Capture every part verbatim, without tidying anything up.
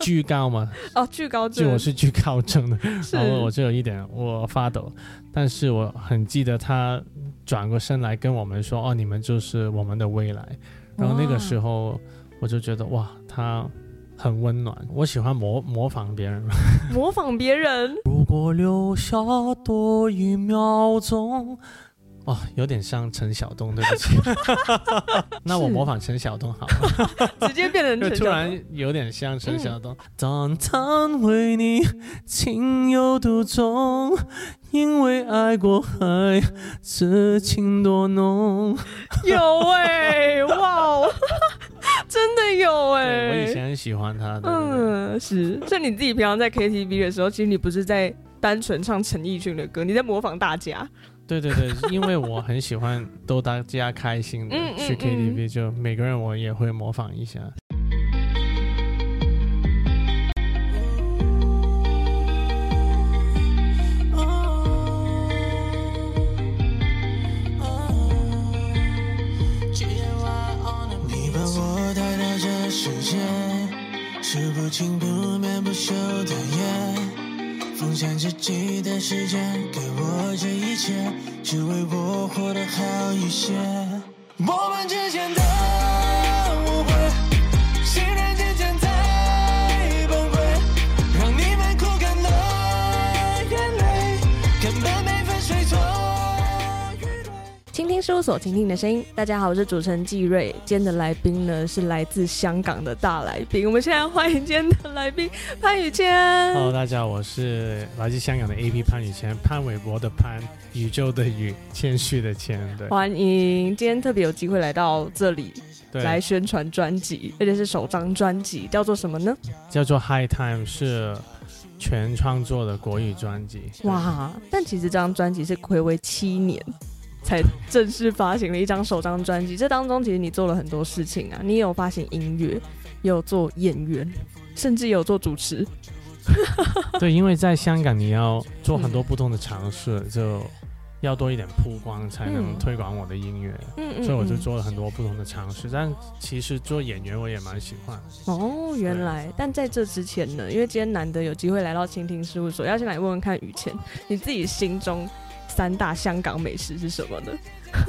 惧高嘛， 哦，惧高症， 就我是惧高症的，然后我就有一点我发抖，但是我很记得他转过身来跟我们说，哦，你们就是我们的未来。然后那个时候我就觉得哇，他很温暖。我喜欢模模仿别人， 模仿别人。 如果留下多一秒钟。哦，有点像陈晓东，对不起。那我模仿陈晓东好了， 直接变成陈晓东， 突然有点像陈晓东。单单为你情有独钟，因为爱过海，此情多浓。 有哎、欸，哇，真的有哎、欸！ 我以前很喜欢他的。 嗯，是。所以你自己平常在 K T V 的时候，其实你不是在单纯唱陈奕迅的歌，你在模仿大家。 对对对，因为我很喜欢逗大家开心的嗯嗯去 K T V， 就每个人我也会模仿一下。 你把我带到这世界，是不情不眠不休的夜，奉献自己的时间，给我这一切，只为我活得好一些。我们之间的误会，信任渐渐在崩溃，让你们哭干了眼泪，根本没分谁错与对。 倾听事务所，倾听你的声音。大家好，我是主持人纪瑞。今天的来宾呢是来自香港的大来宾，我们现在欢迎今天的来宾潘宇谦。 Hello， 大家好，我是来自香港的 A P 潘宇谦，潘玮柏的潘，宇宙的宇，谦虚的谦。对， 欢迎，今天特别有机会来到这里来宣传专辑，而且是首张专辑，叫做什么呢？ 叫做 High Time， 是全创作的国语专辑。 哇！但其实这张专辑是睽违七年才正式发行了一张首张专辑，这当中其实你做了很多事情啊，你也有发行音乐，也有做演员，甚至也有做主持。 对，因为在香港你要做很多不同的尝试，嗯、就要多一点曝光才能推广我的音乐，嗯嗯，所以我就做了很多不同的尝试。但其实做演员我也蛮喜欢的。 哦，原来。但在这之前呢，因为今天难得有机会来到倾听事务所，要先来问问看宇谦，你自己心中三大香港美食是什么呢？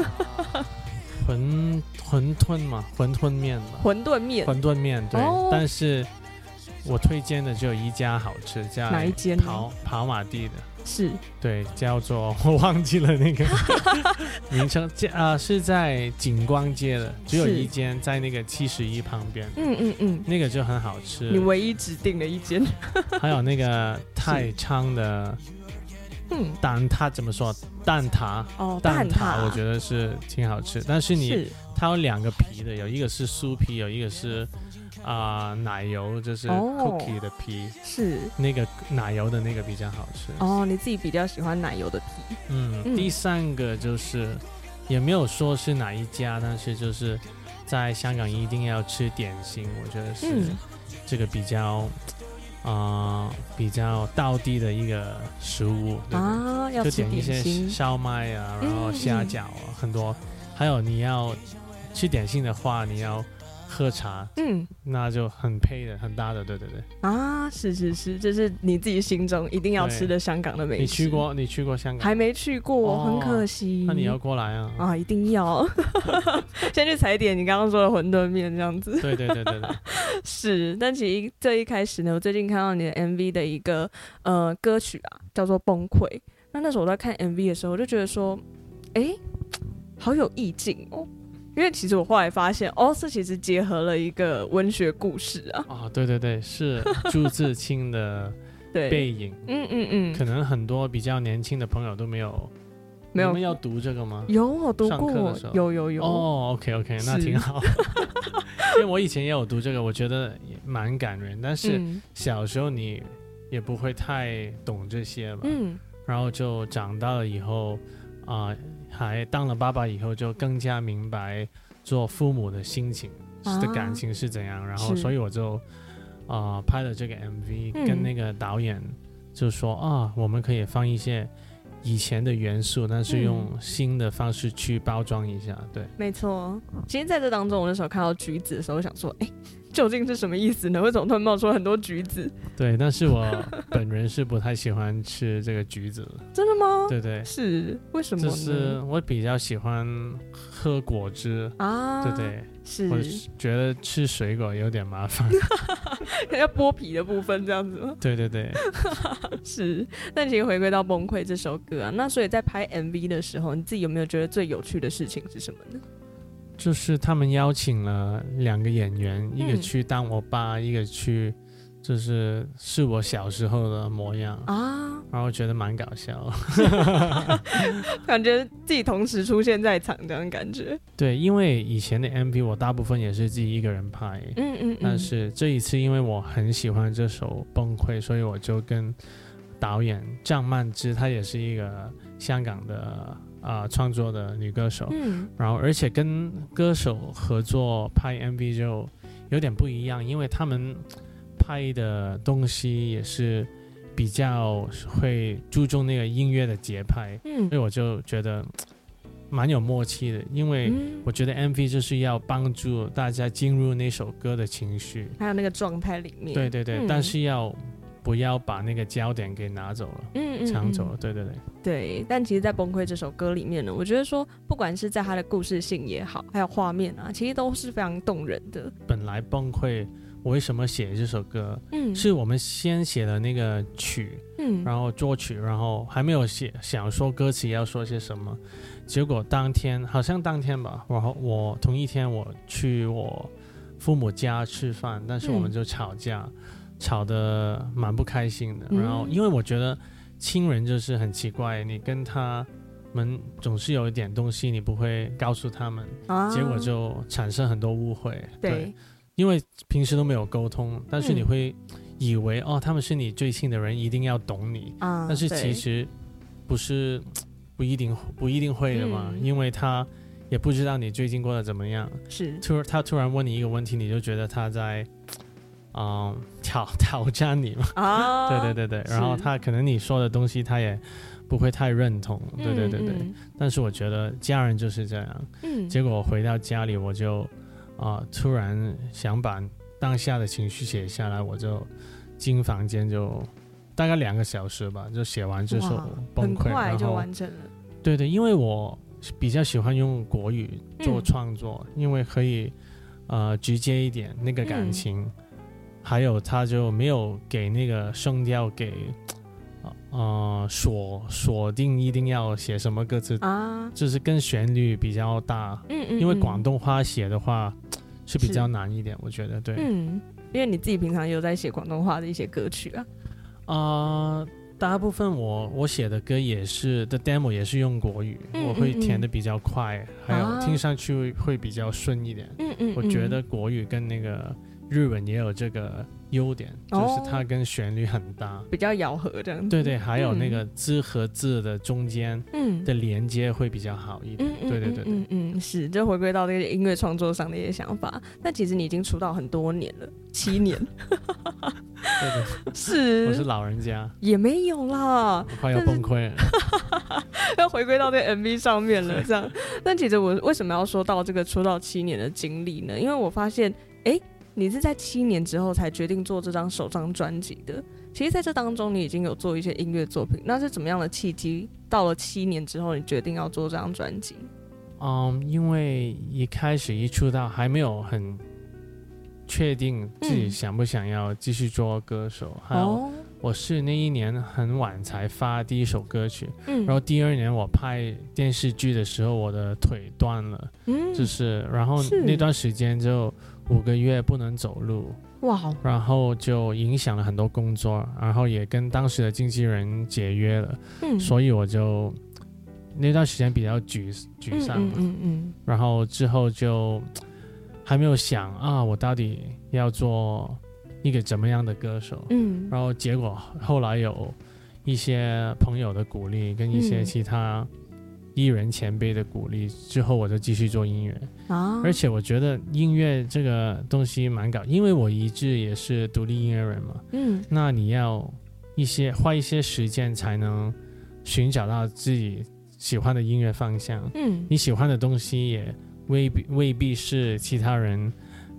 馄馄饨嘛，馄饨面嘛， 馄饨面， 馄饨面对、哦，但是我推荐的只有一家好吃，在哪一间？ 跑跑马地的， 是， 对，叫做我忘记了那个名称，啊、呃，是在景光街的，只有一间，在那个七十一旁边， 嗯嗯嗯， 那个就很好吃。 你唯一指定的一间， 还有那个太昌的。嗯，蛋挞怎么说？蛋挞哦， 蛋挞我觉得是挺好吃，但是你是它有两个皮的，有一个是酥皮，有一个是啊、呃、奶油，就是 cookie 的皮， 哦、是那个奶油的那个比较好吃。 哦，你自己比较喜欢奶油的皮。 嗯，嗯第三个就是也没有说是哪一家，但是就是在香港一定要吃点心，我觉得是这个比较。啊、呃，比较道地的一个食物，对对啊，要吃点心， 就点一些烧麦啊，然后虾饺啊、嗯，很多。还有你要吃点心的话，你要喝茶，嗯，那就很配的，很搭的，对对对。 啊，是是是，这是你自己心中一定要吃的香港的美食。 你去过？你去过香港？ 还没去过，哦、很可惜。 那你要过来啊！ 啊，一定要。先去踩点你刚刚说的馄饨面这样子。 对对对对对。 是，但其实这一开始呢，我最近看到你的 M V 的一个呃歌曲啊，叫做《崩溃》。那那时候我在看 M V 的时候，我就觉得说，哎，好有意境哦。因为其实我后来发现，哦，这其实结合了一个文学故事啊。 啊、哦，对对对，是朱自清的背影。 嗯嗯嗯， 可能很多比较年轻的朋友都没有。没有，你们要读这个吗？ 有，我读过，有有有。 哦 ，OK OK， 那挺好。因为我以前也有读这个，我觉得也蛮感人。但是小时候你也不会太懂这些吧？嗯。然后就长大了以后，啊、呃，还当了爸爸以后，就更加明白做父母的心情、啊、的感情是怎样。然后，所以我就啊、呃、拍了这个 M V，、嗯、跟那个导演就说啊，我们可以放一些。以前的元素，但是用新的方式去包装一下，嗯、对， 没错。其实在这当中，我那时候看到橘子的时候，我想说，哎、欸， 究竟是什么意思呢？为什么突然冒出了很多橘子？ 对，但是我本人是不太喜欢吃这个橘子。 真的吗？ 对对， 是为什么呢？ 就是我比较喜欢喝果汁啊，对对， 是我觉得吃水果有点麻烦， 要剥皮的部分这样子吗？ 对对对， 是。但其实回归到《崩溃》这首歌啊，那所以在拍 M V 的时候，你自己有没有觉得最有趣的事情是什么呢？ 就是他们邀请了两个演员，一个去当我爸，嗯、一个去就是是我小时候的模样啊，然后觉得蛮搞笑， 感觉自己同时出现在场这样的感觉。 对，因为以前的 M V 我大部分也是自己一个人拍，嗯嗯嗯，但是这一次因为我很喜欢这首《崩溃》，所以我就跟导演张曼芝，她也是一个香港的。啊、呃，创作的女歌手，嗯，然后而且跟歌手合作拍 M V 就有点不一样，因为他们拍的东西也是比较会注重那个音乐的节拍，嗯，所以我就觉得蛮有默契的，因为我觉得 M V 就是要帮助大家进入那首歌的情绪， 还有那个状态里面， 对对对，嗯、但是要。不要把那个焦点给拿走了，嗯嗯，抢走了，对对对， 对。但其实，在《崩溃》这首歌里面呢，我觉得说，不管是在它的故事性也好，还有画面啊，其实都是非常动人的。 本来《崩溃》，我为什么写这首歌？嗯，是我们先写了那个曲，嗯，然后作曲，然后还没有写，想说歌词要说些什么，结果当天好像当天吧，然后我同一天我去我父母家吃饭，但是我们就吵架。嗯吵得蛮不开心的，然后因为我觉得亲人就是很奇怪，你跟他们总是有一点东西你不会告诉他们，啊、结果就产生很多误会。对，对，因为平时都没有沟通，但是你会以为、嗯、哦他们是你最亲的人，一定要懂你，啊、但是其实不是不一定不一定会的嘛，嗯、因为他也不知道你最近过得怎么样，是突他突然问你一个问题，你就觉得他在。嗯，挑挑战你嘛？啊，对对对对，然后他可能你说的东西他也不会太认同，对对对对。嗯嗯、但是我觉得家人就是这样。嗯。结果我回到家里，我就啊、呃，突然想把当下的情绪写下来，我就进房间就大概两个小时吧，就写完这首《崩溃》， 很快就完成了。 对对，因为我比较喜欢用国语做创作，嗯、因为可以呃直接一点那个感情。嗯还有他就没有给那个声调给呃锁锁定一定要写什么歌词啊，就是跟旋律比较大，嗯嗯，因为广东话写的话是比较难一点，我觉得对， 嗯，因为你自己平常也有在写广东话的一些歌曲啊， 啊、呃，大部分我我写的歌也是的 demo 也是用国语，嗯嗯嗯我会填的比较快，还有听上去会比较顺一点，嗯 嗯, 嗯，我觉得国语跟那个。日文也有这个优点，就是它跟旋律很搭， 比较咬合这样子。 对对，还有那个字和字的中间的连接会比较好一点。嗯、对对对对， 嗯 嗯, 嗯，是，就回归到这个音乐创作上的一些想法。但其实你已经出道很多年了，七年。 对对， 是， 我是老人家， 也没有啦， 我快要崩溃了。 要回归到这个 M V 上面了，这样。但其实我为什么要说到这个出道七年的经历呢？因为我发现，哎。你是在七年之后才决定做这张首张专辑的。其实在这当中你已经有做一些音乐作品，那是怎么样的契机到了七年之后你决定要做这张专辑？ 嗯，因为一开始一出道还没有很确定自己想不想要继续做歌手，嗯、还有我是那一年很晚才发第一首歌曲，嗯、然后第二年我拍电视剧的时候我的腿断了，嗯、就是然后那段时间就五个月不能走路，哇！然后就影响了很多工作，然后也跟当时的经纪人解约了，嗯、所以我就那段时间比较沮沮丧，嗯嗯嗯嗯，然后之后就还没有想啊，我到底要做一个怎么样的歌手，嗯，然后结果后来有一些朋友的鼓励，跟一些其他艺人前辈的鼓励，之后我就继续做音乐啊。而且我觉得音乐这个东西蛮搞，因为我一直也是独立音乐人嘛，嗯，那你要一些花一些时间才能寻找到自己喜欢的音乐方向，嗯，你喜欢的东西也未必未必是其他人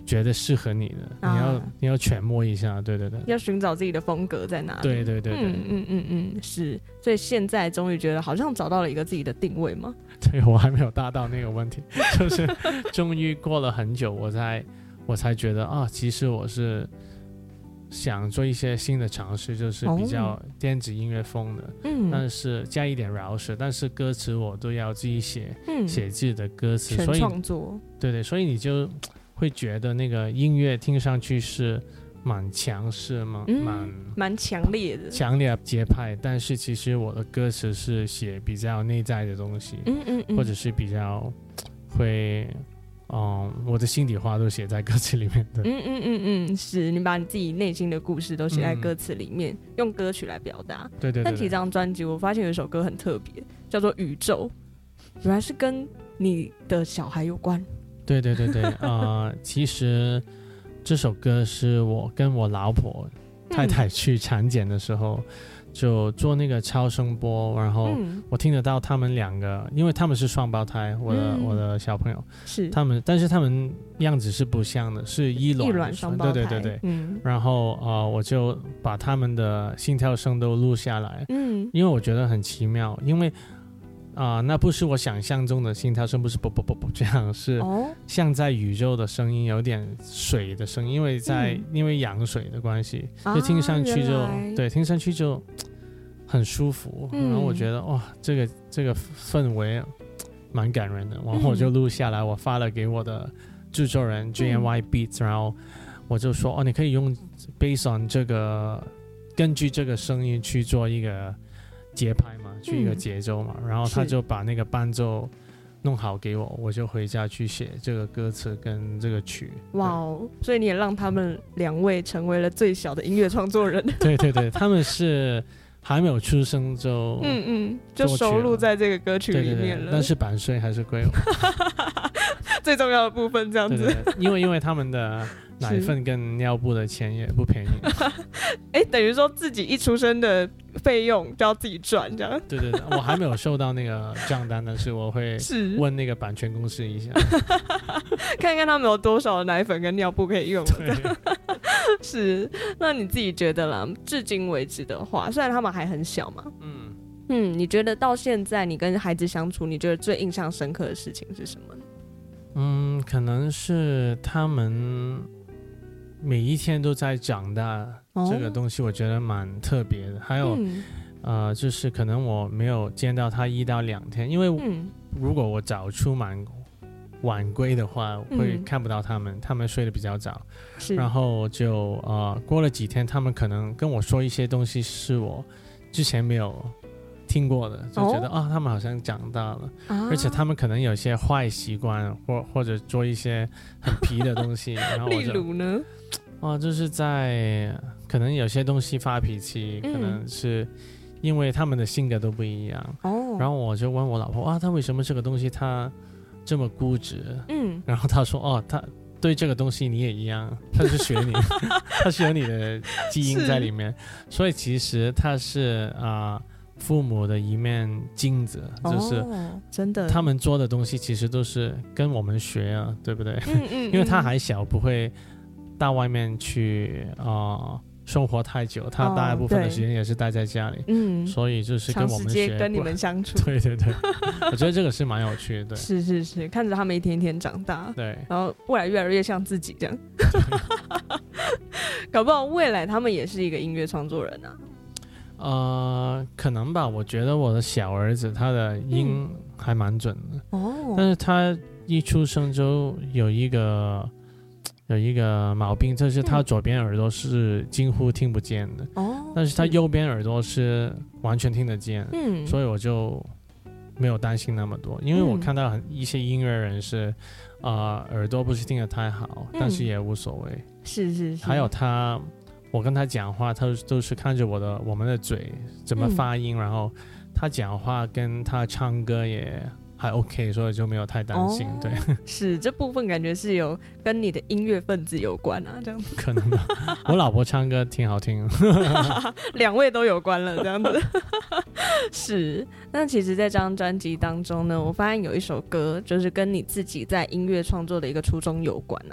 觉得适合你的，啊、你要你要揣摩一下，对对对， 要寻找自己的风格在哪里。 对对对对， 嗯嗯嗯嗯，是。所以现在终于觉得好像找到了一个自己的定位吗？ 对，我还没有达到那个问题，就是终于过了很久，我才我才觉得啊，其实我是想做一些新的尝试，就是比较电子音乐风的，嗯、哦，但是加一点饶舌，但是歌词我都要自己写，嗯、写自己的歌词， 全创作。 对对，所以你就会觉得那个音乐听上去是蛮强势嘛，蛮、嗯、 蛮强烈的， 强烈的节拍，但是其实我的歌词是写比较内在的东西，嗯嗯嗯，或者是比较会。嗯，我的心底话都写在歌词里面的。 嗯嗯嗯嗯，是你把你自己内心的故事都写在歌词里面，嗯、用歌曲来表达。 对 对, 对, 对。 但提这张专辑，我发现有一首歌很特别，叫做《宇宙》，原来是跟你的小孩有关。 对对对对，呃，其实这首歌是我跟我老婆太太去产检的时候。嗯就做那个超声波，然后我听得到他们两个，嗯、因为他们是双胞胎，我的、嗯、我的小朋友是他们，但是他们样子是不像的，是一卵一卵双胞胎， 对对对对，嗯，然后呃，我就把他们的心跳声都录下来，嗯，因为我觉得很奇妙，因为啊、呃，那不是我想象中的心跳声，不是啵啵啵啵这样，是像在宇宙的声音，有点水的声音，因为在、嗯、因为羊水的关系，就听上去就、啊、对，听上去就很舒服，嗯、然后我觉得哇，这个这个氛围蛮感人的，然后我就录下来，我发了给我的制作人 J N Y Beats，、嗯、然后我就说哦，你可以用 based on 这个，根据这个声音去做一个节拍嘛，去一个节奏嘛，嗯、然后他就把那个伴奏弄好给我，我就回家去写这个歌词跟这个曲。 哇哦！所以你也让他们两位成为了最小的音乐创作人。 对对对，他们是还没有出生就嗯嗯就收录在这个歌曲里面了。对对对， 但是版税还是归我。 最重要的部分这样子。 对对对，因为因为他们的奶粉跟尿布的钱也不便宜。 哎，等于说自己一出生的费用就要自己赚，这样。 对对对，我还没有收到那个账单，但是我会问那个版权公司一下， 看看他们有多少的奶粉跟尿布可以用。是，那你自己觉得啦？至今为止的话，虽然他们还很小嘛，嗯嗯，你觉得到现在你跟孩子相处，你觉得最印象深刻的事情是什么？ 嗯，可能是他们每一天都在长大，哦、这个东西我觉得蛮特别的。还有，嗯、呃，就是可能我没有见到他一到两天，因为如果我早出晚晚归的话，嗯、会看不到他们，他们睡得比较早，然后就呃过了几天，他们可能跟我说一些东西是我之前没有听过的，就觉得啊、哦哦，他们好像长大了，啊、而且他们可能有些坏习惯，或或者做一些很皮的东西。然后我就例如呢？ 哦，就是在可能有些东西发脾气，嗯、可能是因为他们的性格都不一样。哦，然后我就问我老婆啊，他为什么这个东西他这么固执？嗯，然后他说哦，他对这个东西你也一样，他是学你，他是有你的基因在里面，所以其实他是啊。呃父母的一面镜子，就是、 哦、真的， 他们做的东西其实都是跟我们学啊，对不对？嗯嗯嗯因为他还小，不会到外面去啊、呃、生活太久，他大部分的时间也是待在家里，嗯，所以就是跟我们学， 长时间跟你们相处， 对对对，我觉得这个是蛮有趣的，对， 是是是，看着他们一天一天长大， 对， 然后未来越来越像自己这样，搞不好未来他们也是一个音乐创作人啊。 呃，可能吧。我觉得我的小儿子他的音还蛮准的，哦，但是他一出生就有一个有一个毛病，就是他左边耳朵是几乎听不见的，哦，但是他右边耳朵是完全听得见，嗯，所以我就没有担心那么多，因为我看到很一些音乐人是，呃，耳朵不是听得太好，但是也无所谓， 是是是， 还有他。我跟他讲话，他都是看着我的我们的嘴怎么发音，嗯、然后他讲话跟他唱歌也还 OK， 所以就没有太担心。哦、对， 是这部分感觉是有跟你的音乐分子有关啊，这样子。 可能吧，我老婆唱歌挺好听， 两位都有关了，这样子。是，那其实，在这张专辑当中呢，我发现有一首歌就是跟你自己在音乐创作的一个初衷有关啊。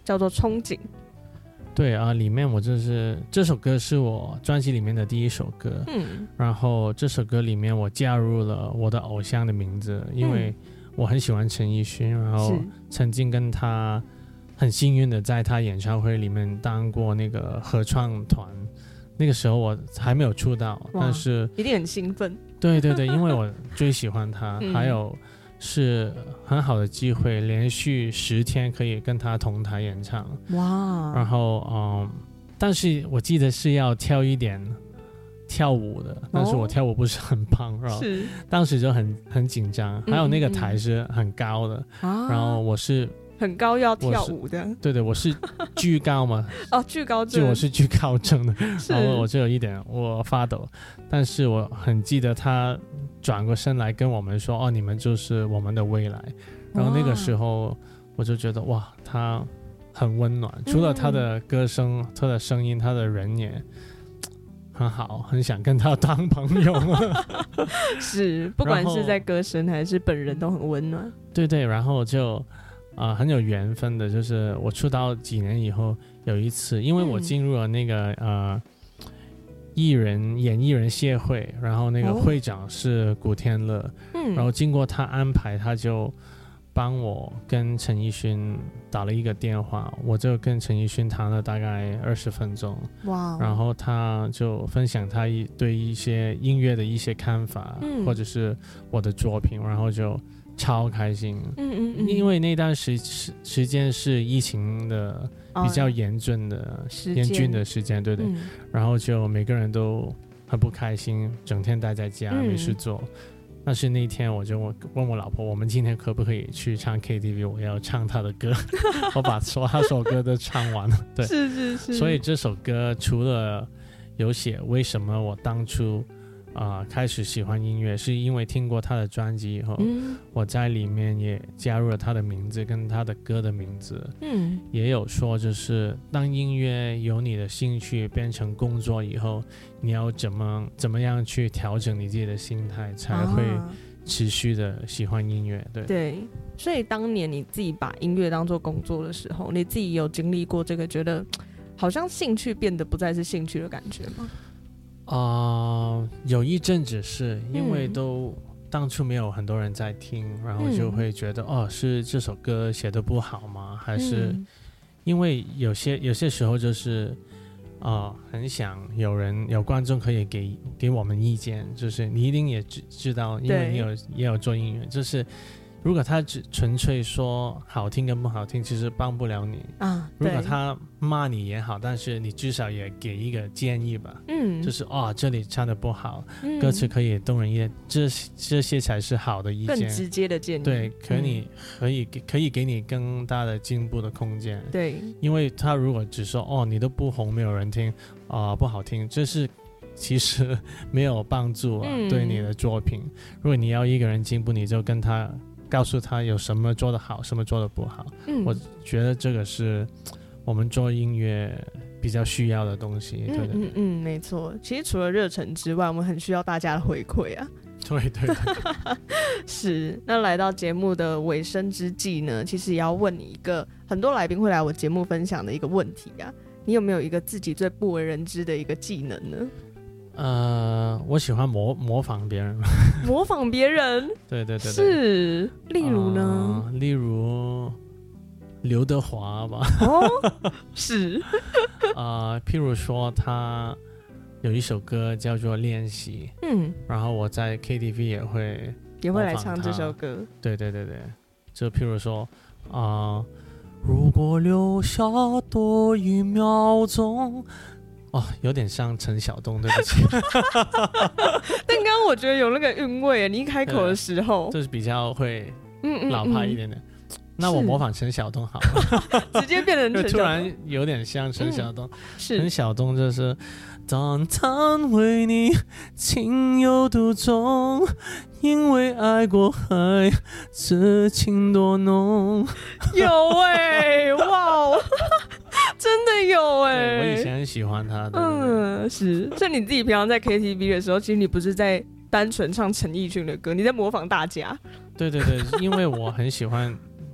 叫做憧憬。 对啊，里面我就是这首歌是我专辑里面的第一首歌，嗯，然后这首歌里面我加入了我的偶像的名字，因为我很喜欢陈奕迅，然后曾经跟他很幸运的在他演唱会里面当过那个合唱团，那个时候我还没有出道，但是一定很兴奋。 对对对，因为我最喜欢他，嗯、还有是很好的机会，连续十天可以跟他同台演唱。哇！然后嗯，但是我记得是要跳一点跳舞的，但是我跳舞不是很棒，然后当时就很很紧张。还有那个台是很高的，嗯、然后我是。 很高要跳舞的， 对对，我是巨高嘛， 哦，巨高症， 就我是巨高症的，然后我就有一点我发抖，但是我很记得他转过身来跟我们说，哦，你们就是我们的未来，然后那个时候我就觉得哇，他很温暖，除了他的歌声、嗯、他的声音，他的人也很好，很想跟他当朋友。 是，不管是在歌声还是本人都很温暖。 对对，然后就。啊、呃，很有缘分的，就是我出道几年以后，有一次，因为我进入了那个、嗯、呃艺人演艺人协会，然后那个会长是古天乐，嗯，然后经过他安排，他就帮我跟陈奕迅打了一个电话，我就跟陈奕迅谈了大概二十分钟，哇，然后他就分享他一对一些音乐的一些看法，嗯、或者是我的作品，然后就。超开心，嗯嗯嗯，因为那段时时间是疫情的比较严峻的、哦、严峻的时间，对对、嗯，然后就每个人都很不开心，整天待在家、嗯、没事做。但是那天我就问我老婆，我们今天可不可以去唱 K T V？ 我要唱她的歌，我把所有首歌都唱完了，对， 是是是。 所以这首歌除了有写为什么我当初。啊、呃，开始喜欢音乐是因为听过他的专辑以后、嗯，我在里面也加入了他的名字跟他的歌的名字，嗯，也有说就是当音乐由你的兴趣变成工作以后，你要怎么怎么样去调整你自己的心态，才会持续的喜欢音乐，对对。所以当年你自己把音乐当作工作的时候，你自己有经历过这个觉得好像兴趣变得不再是兴趣的感觉吗？ 啊、呃，有一阵子是因为都、嗯、当初没有很多人在听，然后就会觉得、嗯、哦，是这首歌写得不好吗？还是、嗯、因为有些有些时候就是啊、呃，很想有人有观众可以给给我们意见，就是你一定也知知道，因为你有也有做音乐，就是如果他只纯粹说好听跟不好听，其实帮不了你啊。如果他骂你也好，但是你至少也给一个建议吧。嗯，就是哦，这里唱的不好、嗯，歌词可以动人一点，这这些才是好的意见， 更直接的建议。 对，可你、嗯、可以可以给你更大的进步的空间。 对， 因为他如果只说哦，你都不红，没有人听啊、呃，不好听，这是。其实没有帮助、啊嗯、对你的作品。如果你要一个人进步，你就跟他告诉他有什么做得好，什么做得不好、嗯、我觉得这个是我们做音乐比较需要的东西。对对对， 嗯嗯，没错。其实除了热忱之外，我们很需要大家的回馈啊。 对对对。 是。那来到节目的尾声之际呢，其实也要问你一个很多来宾会来我节目分享的一个问题啊，你有没有一个自己最不为人知的一个技能呢？ 呃，我喜欢模模仿别人。 模仿别人？ 对对对对。 是，例如呢？ 呃、例如刘德华吧。 哦，是。 呃，譬如说他有一首歌叫做《练习》，嗯，然后我在 K T V 也会也会来唱这首歌。 对对对对，就譬如说啊、呃，如果留下多一秒钟。哦，有点像陈晓东，对不起。 但刚刚我觉得有那个韵味，你一开口的时候， 就是比较会老派一点点。嗯嗯嗯，那我模仿陈晓东好了，直接变成陈晓东， 突然有点像陈晓东。 嗯、是陈晓东就是，淡淡为你情有独钟，因为爱过海，此情多浓。 有哎、欸，哇！真的有哎、欸， 我以前很喜欢他的。 嗯，是。所以你自己平常在 K T V 的时候，其实你不是在单纯唱陈奕迅的歌，你在模仿大家。 对对对，因为我很喜欢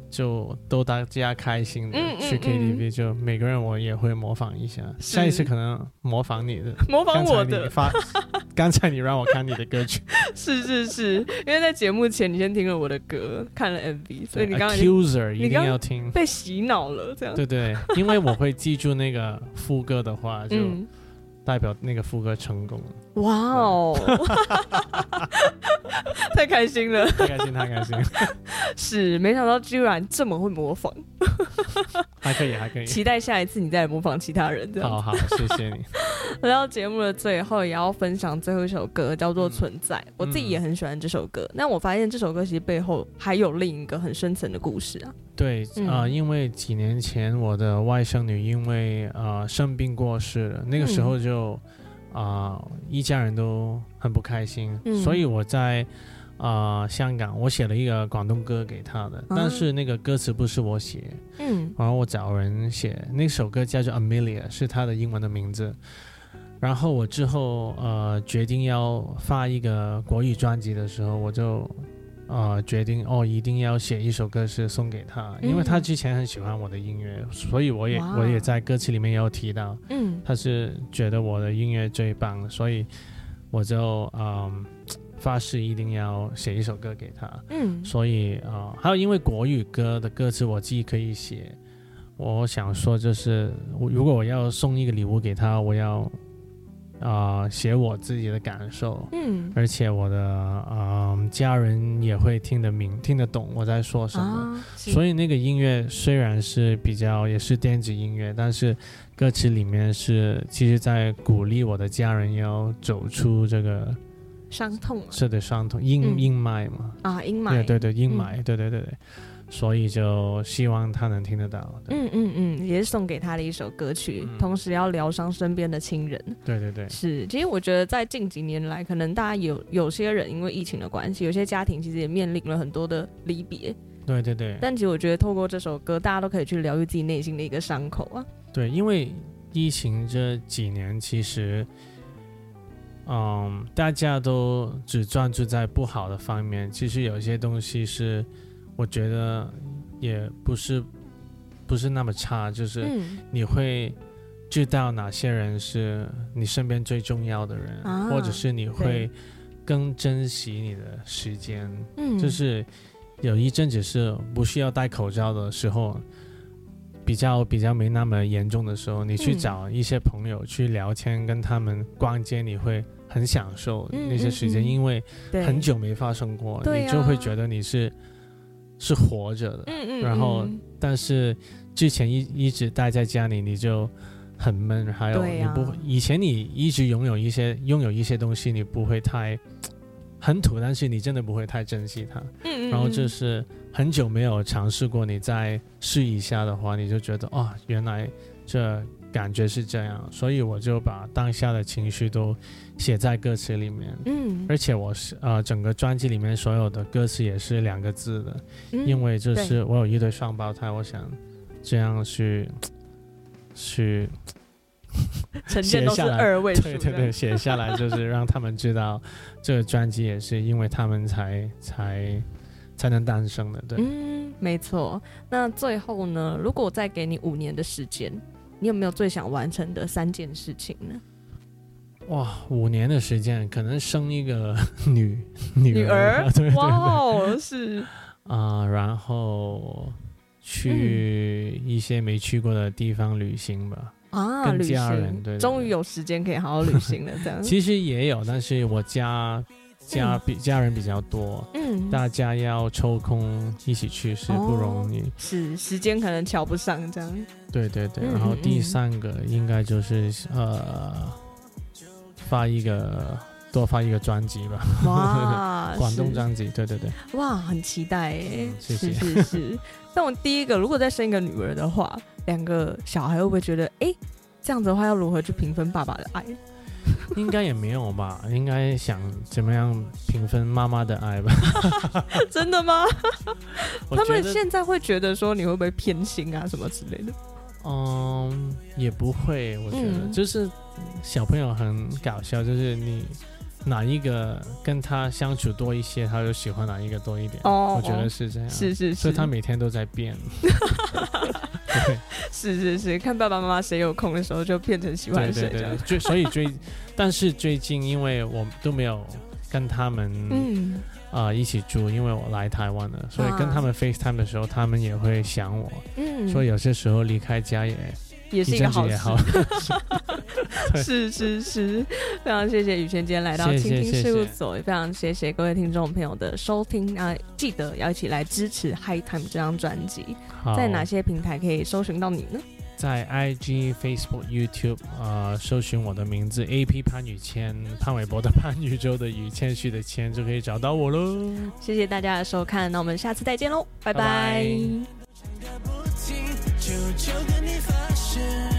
就都大家开心的、嗯嗯、去 K T V， 就每个人我也会模仿一下，下一次可能模仿你的， 模仿我的。 刚才你让我看你的歌曲， 是是是，因为在节目前你先听了我的歌，看了 M V， 所以你刚刚 Accuser 一定要听， 被洗脑了这样。 对对，因为我会记住那个副歌的话，就代表那个副歌成功了。 哇哦！太开心了， 太开心，太开心！ 是，没想到居然这么会模仿， 还可以，还可以。 期待下一次你再来模仿其他人，这样。 好好，谢谢你。 来到节目的最后，也要分享最后一首歌，叫做《存在》。嗯、我自己也很喜欢这首歌，但我发现这首歌其实背后还有另一个很深层的故事啊。 对，嗯、呃，因为几年前我的外甥女因为呃生病过世了，那个时候就。嗯啊、呃，一家人都很不开心，嗯、所以我在啊、呃、香港，我写了一个广东歌给他的，啊、但是那个歌词不是我写，嗯，然后我找人写，那首歌叫做 Amelia， 是他的英文的名字。然后我之后呃决定要发一个国语专辑的时候，我就呃决定哦一定要写一首歌是送给他，因为他之前很喜欢我的音乐，所以我也我也在歌词里面也有提到，嗯，他是觉得我的音乐最棒，所以我就嗯发誓一定要写一首歌给他，嗯，所以啊、呃、还有因为国语歌的歌词我自己可以写，我想说就是如果我要送一个礼物给他，我要啊、呃，写我自己的感受，嗯，而且我的呃家人也会听得明、听得懂我在说什么，啊、所以那个音乐虽然是比较也是电子音乐，但是歌词里面是其实在鼓励我的家人要走出这个伤痛， 是的伤痛阴、嗯、阴霾嘛， 啊阴霾， 对对对阴霾，嗯、对对对对。所以就希望他能听得到。 嗯嗯嗯，也是送给他的一首歌曲，嗯、同时要疗伤身边的亲人。 对对对， 是。其实我觉得在近几年来，可能大家有有些人因为疫情的关系，有些家庭其实也面临了很多的离别。 对对对。 但其实我觉得透过这首歌，大家都可以去疗愈自己内心的一个伤口啊。 对，因为疫情这几年，其实，嗯，大家都只专注在不好的方面，其实有些东西是。我觉得也不是不是那么差，就是你会知道哪些人是你身边最重要的人，啊、或者是你会更珍惜你的时间。嗯，就是有一阵子是不需要戴口罩的时候，比较比较没那么严重的时候，你去找一些朋友去聊天，跟他们逛街，你会很享受那些时间，嗯嗯嗯、因为很久没发生过，你就会觉得你是。是活着的，嗯嗯嗯，然后但是之前一一直待在家里，你就很闷，还有你不、啊、以前你一直拥有一些拥有一些东西，你不会太很土，但是你真的不会太珍惜它，嗯嗯，然后就是很久没有尝试过，你再试一下的话，你就觉得哦，原来这感觉是这样，所以我就把当下的情绪都写在歌词里面，嗯，而且我是呃整个专辑里面所有的歌词也是两个字的，嗯、因为就是我有一对双胞胎，我想这样去去呈现都是二位数， 对对对，写下来就是让他们知道这个专辑也是因为他们才才才能诞生的，对， 嗯，没错。那最后呢，如果我再给你五年的时间，你有没有最想完成的三件事情呢？ 哇，五年的时间，可能生一个女女儿， 女儿对对对， 哇哦，是啊、呃，然后去一些没去过的地方旅行吧。啊，跟家人，对，对，对， 终于有时间可以好好旅行了，这样。 其实也有，但是我家家比、嗯、家人比较多，嗯，大家要抽空一起去是不容易，哦、 是时间可能瞧不上这样。 对对对，嗯、然后第三个应该就是呃，发一个多发一个专辑吧，哇，广东专辑，对对对， 哇，很期待耶， 嗯、谢谢， 是是是。但我第一个，如果再生一个女儿的话，两个小孩会不会觉得，哎，这样子的话要如何去平分爸爸的爱？ 应该也没有吧，应该想怎么样平分妈妈的爱吧。 真的吗？他们现在会觉得说你会不会偏心啊什么之类的？嗯， 也不会，我觉得、嗯、就是小朋友很搞笑，就是你哪一个跟他相处多一些，他就喜欢哪一个多一点。哦，我觉得是这样。 是是是， 所以他每天都在变。对， 是是是，看爸爸妈妈谁有空的时候就变成喜欢谁。对对对对，所以最，但是最近因为我都没有跟他们嗯啊、呃、一起住，因为我来台湾了，所以跟他们 FaceTime 的时候，他们也会想我。嗯，所以有些时候离开家也。 也是一个好事，是是是，非常谢谢宇轩今天来到倾听事务所，也非常谢谢各位听众朋友的收听啊！记得要一起来支持 High Time 这张专辑，在哪些平台可以搜寻到你呢？ 在 I G、Facebook、YouTube 呃，搜寻我的名字 A P 潘宇谦，潘玮柏的潘，宇宙的宇，谦虚的谦，就可以找到我喽。 谢谢大家的收看，那我们下次再见喽，拜拜。 求求跟你发誓